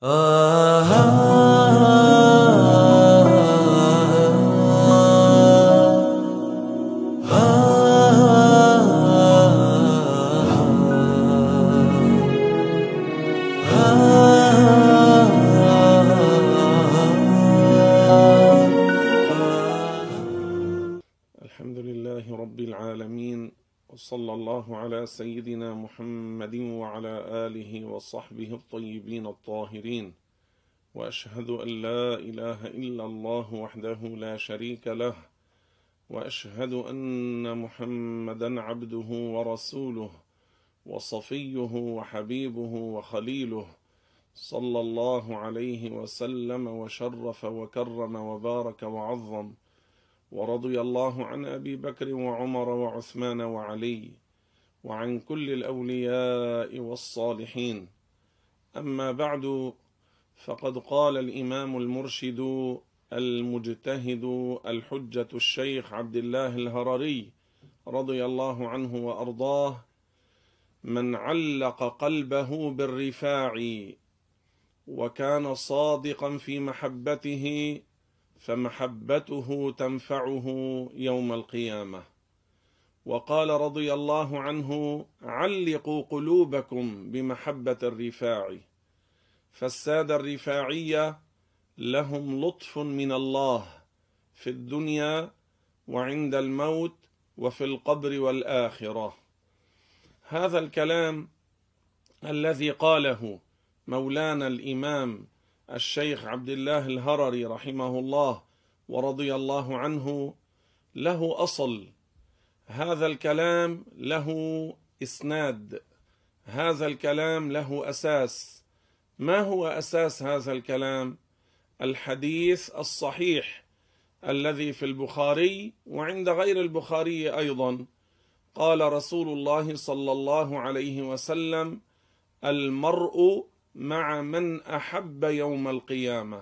الحمد لله رب العالمين، وصلى الله على سيدنا محمد وعلى آله وصحبه الطيبين الطاهرين، وأشهد أن لا إله إلا الله وحده لا شريك له، وأشهد أن محمدا عبده ورسوله وصفيه وحبيبه وخليله، صلى الله عليه وسلم وشرف وكرم وبارك وعظم، ورضي الله عن أبي بكر وعمر وعثمان وعلي وعن كل الأولياء والصالحين. أما بعد، فقد قال الإمام المرشد المجتهد الحجة الشيخ عبد الله الهرري رضي الله عنه وأرضاه: من علق قلبه بالرفاع وكان صادقا في محبته فمحبته تنفعه يوم القيامة. وقال رضي الله عنه: علقوا قلوبكم بمحبة الرفاع، فالسادة الرفاعية لهم لطف من الله في الدنيا وعند الموت وفي القبر والآخرة. هذا الكلام الذي قاله مولانا الإمام الشيخ عبد الله الهرري رحمه الله ورضي الله عنه له أصل، هذا الكلام له إسناد، هذا الكلام له أساس. ما هو أساس هذا الكلام؟ الحديث الصحيح الذي في البخاري وعند غير البخاري أيضا. قال رسول الله صلى الله عليه وسلم: المرء مع من أحب يوم القيامة.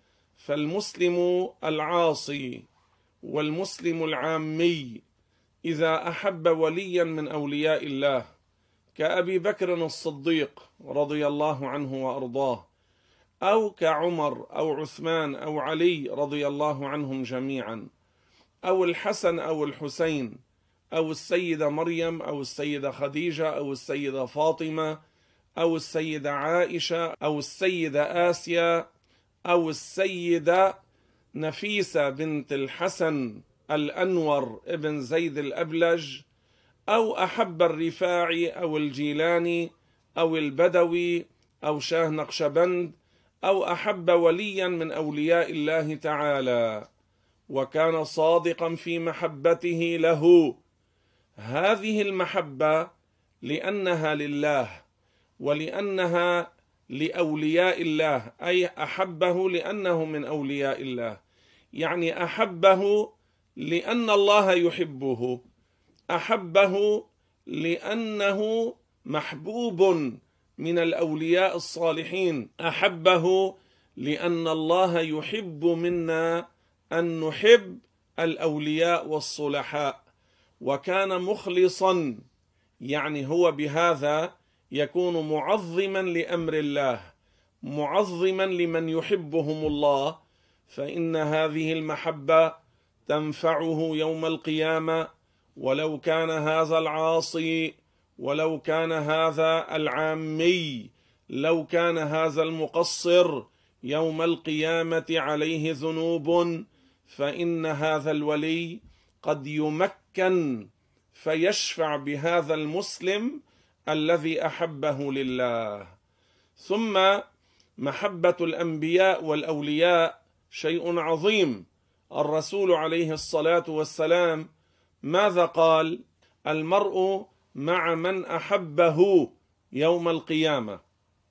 فالمسلم العاصي والمسلم العامي إذا أحب وليا من أولياء الله كأبي بكر الصديق رضي الله عنه وأرضاه، أو كعمر أو عثمان أو علي رضي الله عنهم جميعا، أو الحسن أو الحسين أو السيدة مريم أو السيدة خديجة أو السيدة فاطمة أو السيدة عائشة أو السيدة آسيا أو السيدة نفيسة بنت الحسن الأنور ابن زيد الأبلج، أو أحب الرفاعي أو الجيلاني أو البدوي أو شاه نقشبند، أو أحب وليا من أولياء الله تعالى وكان صادقا في محبته له. هذه المحبة لأنها لله ولأنها لأولياء الله، أي أحبه لأنه من أولياء الله، يعني أحبه لأن الله يحبه، أحبه لأنه محبوب من الأولياء الصالحين، أحبه لأن الله يحب منا أن نحب الأولياء والصلحاء، وكان مخلصا، يعني هو بهذا يكون معظما لأمر الله، معظما لمن يحبهم الله، فإن هذه المحبة تنفعه يوم القيامة، ولو كان هذا العاصي، ولو كان هذا العامي، لو كان هذا المقصر يوم القيامة عليه ذنوب، فإن هذا الولي قد يمكن فيشفع بهذا المسلم الذي أحبه لله. ثم محبة الأنبياء والأولياء شيء عظيم. الرسول عليه الصلاة والسلام ماذا قال؟ المرء مع من أحبه يوم القيامة.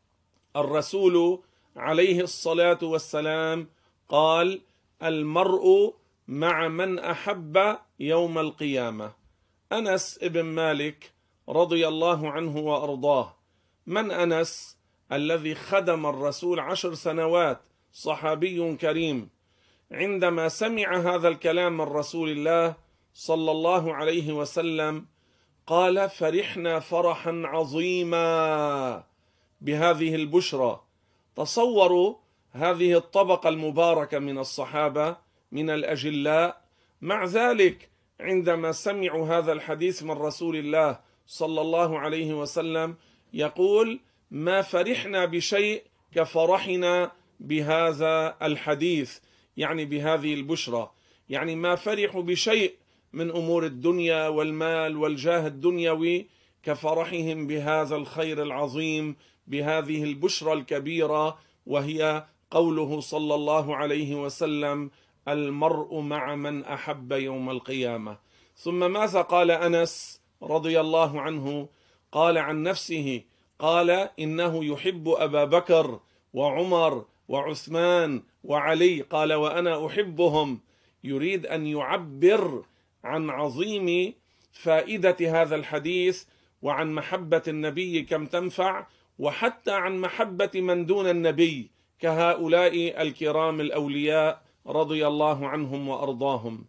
الرسول عليه الصلاة والسلام قال: المرء مع من أحب يوم القيامة. أنس بن مالك رضي الله عنه وأرضاه. من أنس؟ الذي خدم الرسول 10 سنوات، صحابي كريم. عندما سمع هذا الكلام من رسول الله صلى الله عليه وسلم قال: فرحنا فرحا عظيما بهذه البشرى. تصوروا هذه الطبقة المباركة من الصحابة من الأجلاء، مع ذلك عندما سمعوا هذا الحديث من رسول الله صلى الله عليه وسلم يقول: ما فرحنا بشيء كفرحنا بهذا الحديث، يعني بهذه البشرى. يعني ما فرحوا بشيء من أمور الدنيا والمال والجاه الدنيوي كفرحهم بهذا الخير العظيم، بهذه البشرى الكبيرة، وهي قوله صلى الله عليه وسلم: المرء مع من أحب يوم القيامة. ثم ماذا قال أنس رضي الله عنه؟ قال عن نفسه، قال: إنه يحب أبا بكر وعمر وعثمان وعلي، قال: وأنا أحبهم. يريد أن يعبر عن عظيم فائدة هذا الحديث، وعن محبة النبي كم تنفع، وحتى عن محبة من دون النبي كهؤلاء الكرام الأولياء رضي الله عنهم وأرضاهم.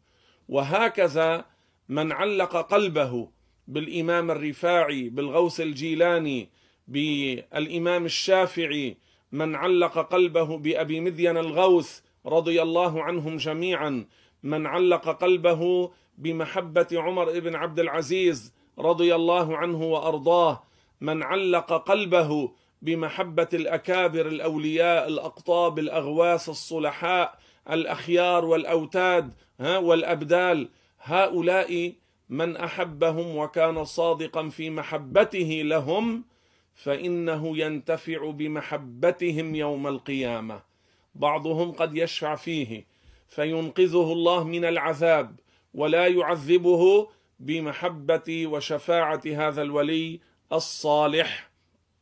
وهكذا من علق قلبه بالإمام الرفاعي، بالغوث الجيلاني، بالإمام الشافعي، من علق قلبه بأبي مذين الغوث رضي الله عنهم جميعا، من علق قلبه بمحبة عمر بن عبد العزيز رضي الله عنه وأرضاه، من علق قلبه بمحبة الأكابر الأولياء الأقطاب الأغواث الصلحاء الأخيار والأوتاد والأبدال، هؤلاء من أحبهم وكان صادقا في محبته لهم فإنه ينتفع بمحبتهم يوم القيامة. بعضهم قد يشفع فيه فينقذه الله من العذاب ولا يعذبه بمحبة وشفاعة هذا الولي الصالح.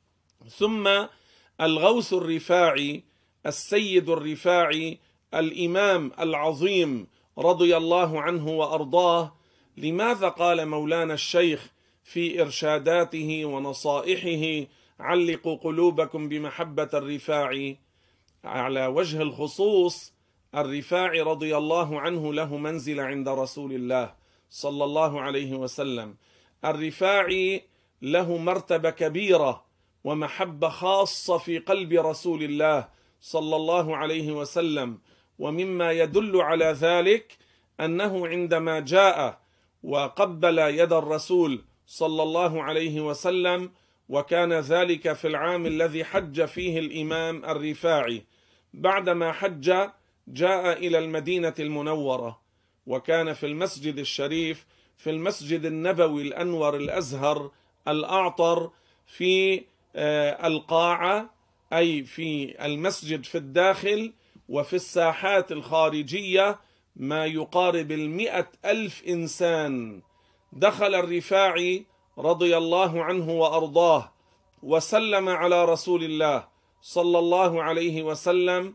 ثم الغوث الرفاعي، السيد الرفاعي، الإمام العظيم رضي الله عنه وأرضاه، لماذا قال مولانا الشيخ في إرشاداته ونصائحه: علقوا قلوبكم بمحبة الرفاعي؟ على وجه الخصوص الرفاعي رضي الله عنه له منزل عند رسول الله صلى الله عليه وسلم. الرفاعي له مرتبة كبيرة ومحبة خاصة في قلب رسول الله صلى الله عليه وسلم. ومما يدل على ذلك أنه عندما جاء وقبل يد الرسول صلى الله عليه وسلم، وكان ذلك في العام الذي حج فيه الإمام الرفاعي، بعدما حج جاء إلى المدينة المنورة، وكان في المسجد الشريف، في المسجد النبوي الأنور الأزهر الأعطر، في القاعة، أي في المسجد في الداخل، وفي الساحات الخارجية ما يقارب 100,000 إنسان. دخل الرفاعي رضي الله عنه وأرضاه وسلم على رسول الله صلى الله عليه وسلم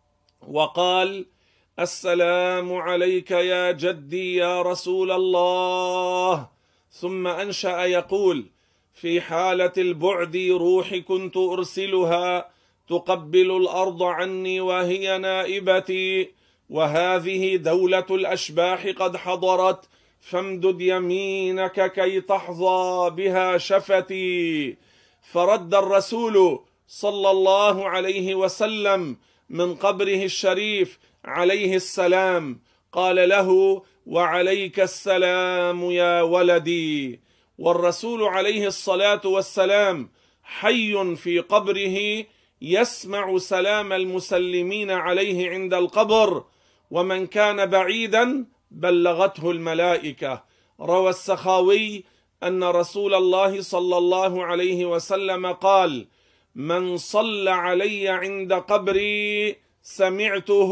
وقال: السلام عليك يا جدي يا رسول الله. ثم أنشأ يقول: في حالة البعد روحي كنت أرسلها تقبل الأرض عني وهي نائبتي، وهذه دولة الأشباح قد حضرت، فامدد يمينك كي تحظى بها شفتي. فرد الرسول صلى الله عليه وسلم من قبره الشريف عليه السلام، قال له: وعليك السلام يا ولدي. والرسول عليه الصلاة والسلام حي في قبره يسمع سلام المسلمين عليه عند القبر، ومن كان بعيدا بلغته الملائكة. روى السخاوي أن رسول الله صلى الله عليه وسلم قال: من صلى علي عند قبري سمعته،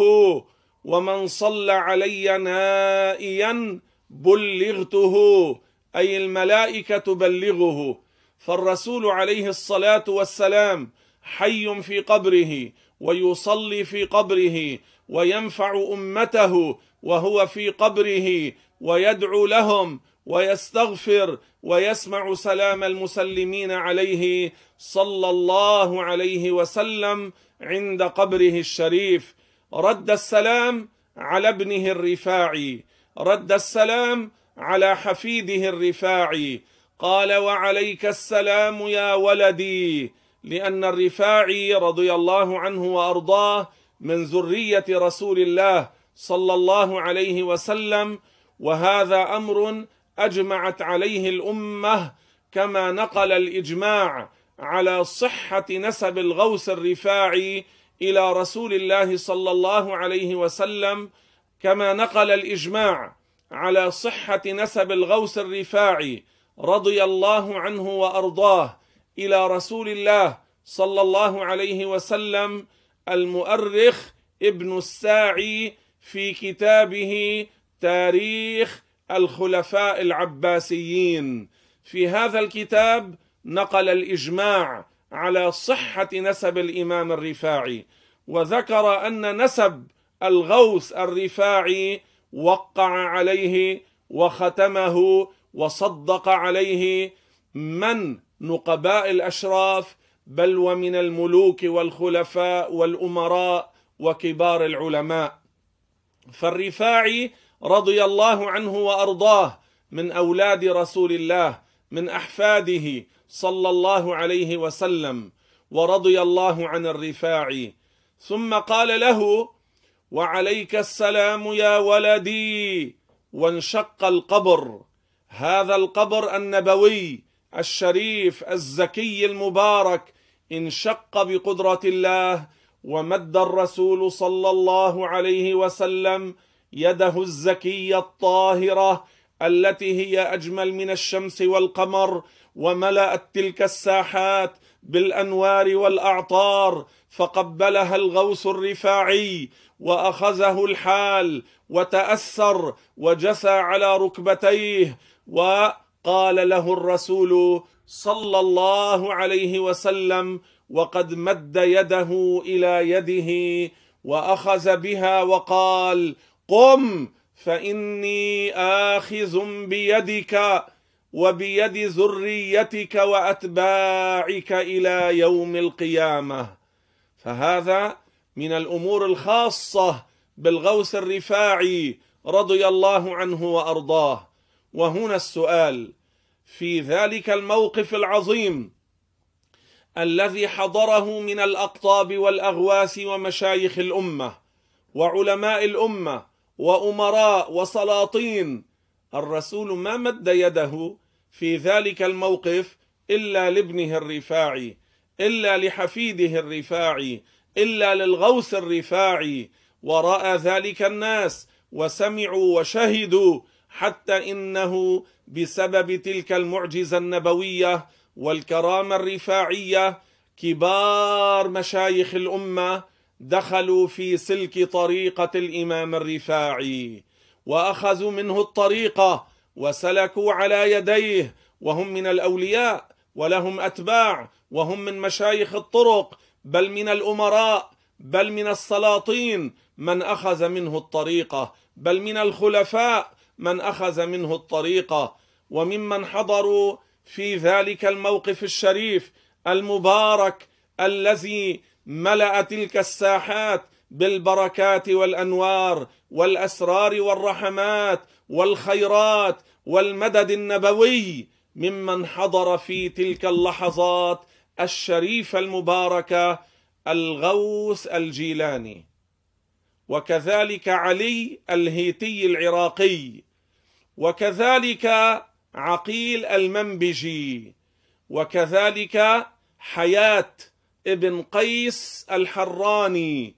ومن صلى علي نائيا بلغته، أي الملائكة تبلغه. فالرسول عليه الصلاة والسلام حي في قبره ويصلي في قبره وينفع أمته وهو في قبره، ويدعو لهم ويستغفر ويسمع سلام المسلمين عليه صلى الله عليه وسلم عند قبره الشريف. رد السلام على ابنه الرفاعي، رد السلام على حفيده الرفاعي، قال: وعليك السلام يا ولدي. لأن الرفاعي رضي الله عنه وأرضاه من ذرية رسول الله صلى الله عليه وسلم، وهذا أمر أجمعت عليه الأمة، كما نقل الإجماع على صحة نسب الغوث الرفاعي إلى رسول الله صلى الله عليه وسلم، كما نقل الإجماع على صحة نسب الغوث الرفاعي رضي الله عنه وأرضاه إلى رسول الله صلى الله عليه وسلم المؤرخ ابن الساعي في كتابه تاريخ الخلفاء العباسيين. في هذا الكتاب نقل الإجماع على صحة نسب الإمام الرفاعي، وذكر أن نسب الغوث الرفاعي وقع عليه وختمه وصدق عليه من نقباء الأشراف، بل ومن الملوك والخلفاء والأمراء وكبار العلماء. فالرفاعي رضي الله عنه وأرضاه من أولاد رسول الله، من أحفاده صلى الله عليه وسلم، ورضي الله عن الرفاعي. ثم قال له: وعليك السلام يا ولدي. وانشق القبر، هذا القبر النبوي الشريف الزكي المبارك، انشق بقدرة الله، ومد الرسول صلى الله عليه وسلم يده الزكية الطاهرة التي هي أجمل من الشمس والقمر، وملأت تلك الساحات بالأنوار والأعطار، فقبلها الغوث الرفاعي وأخذه الحال وتأثر وجثى على ركبتيه، وقال له الرسول صلى الله عليه وسلم وقد مد يده إلى يده وأخذ بها وقال: قم فإني آخذ بيدك وبيد ذريتك وأتباعك إلى يوم القيامة. فهذا من الأمور الخاصة بالغوث الرفاعي رضي الله عنه وأرضاه. وهنا السؤال: في ذلك الموقف العظيم الذي حضره من الأقطاب والأغواس ومشايخ الأمة وعلماء الأمة وأمراء وسلاطين، الرسول ما مد يده في ذلك الموقف إلا لابنه الرفاعي، إلا لحفيده الرفاعي، إلا للغوث الرفاعي، ورأى ذلك الناس وسمعوا وشهدوا، حتى إنه بسبب تلك المعجزة النبوية والكرامة الرفاعية كبار مشايخ الأمة دخلوا في سلك طريقة الإمام الرفاعي، وأخذوا منه الطريقة وسلكوا على يديه، وهم من الأولياء ولهم أتباع، وهم من مشايخ الطرق، بل من الأمراء، بل من السلاطين من أخذ منه الطريقة، بل من الخلفاء من أخذ منه الطريقة. وممن حضروا في ذلك الموقف الشريف المبارك الذي ملأ تلك الساحات بالبركات والأنوار والأسرار والرحمات والخيرات والمدد النبوي، ممن حضر في تلك اللحظات الشريفة المباركة الغوث الجيلاني، وكذلك علي الهيتي العراقي، وكذلك عقيل المنبجي، وكذلك حياة ابن قيس الحراني،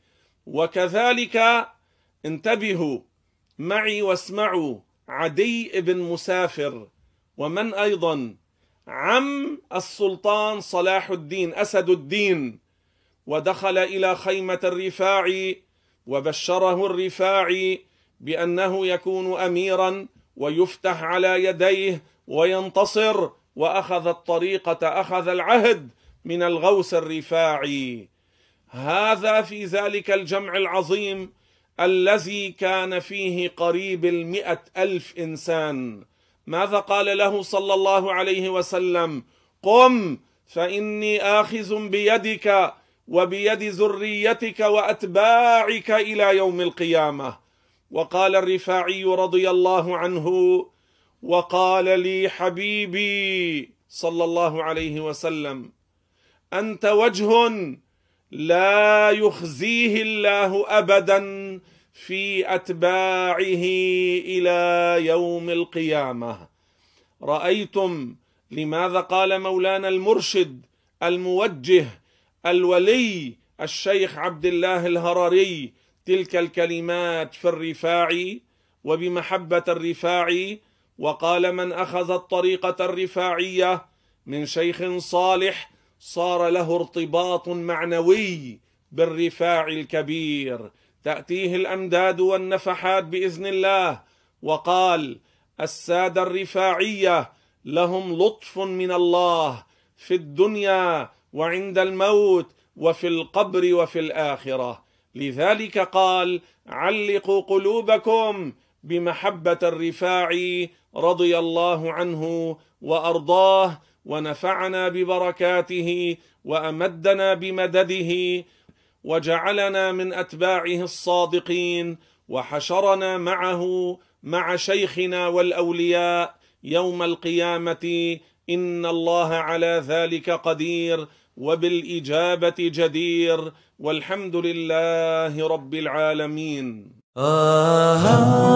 وكذلك انتبهوا معي واسمعوا عدي ابن مسافر، ومن أيضا عم السلطان صلاح الدين أسد الدين، ودخل إلى خيمة الرفاعي وبشره الرفاعي بأنه يكون أميرا ويفتح على يديه وينتصر، وأخذ الطريقة، أخذ العهد من الغوث الرفاعي. هذا في ذلك الجمع العظيم الذي كان فيه قريب 100,000 إنسان. ماذا قال له صلى الله عليه وسلم؟ قم فإني آخذ بيدك وبيد ذريتك وأتباعك إلى يوم القيامة. وقال الرفاعي رضي الله عنه: وقال لي حبيبي صلى الله عليه وسلم: أنت وجه لا يخزيه الله أبدا في أتباعه إلى يوم القيامة. رأيتم لماذا قال مولانا المرشد الموجه الولي الشيخ عبد الله الهرري تلك الكلمات في الرفاعي وبمحبة الرفاعي، وقال: من أخذ الطريقة الرفاعية من شيخ صالح صار له ارتباط معنوي بالرفاعي الكبير، تأتيه الأمداد والنفحات بإذن الله. وقال: السادة الرفاعية لهم لطف من الله في الدنيا وعند الموت وفي القبر وفي الآخرة. لذلك قال: علقوا قلوبكم بمحبة الرفاعي رضي الله عنه وأرضاه، ونفعنا ببركاته وأمدنا بمدده، وجعلنا من أتباعه الصادقين، وحشرنا معه مع شيخنا والأولياء يوم القيامة. إن الله على ذلك قدير وبالإجابة جدير، والحمد لله رب العالمين.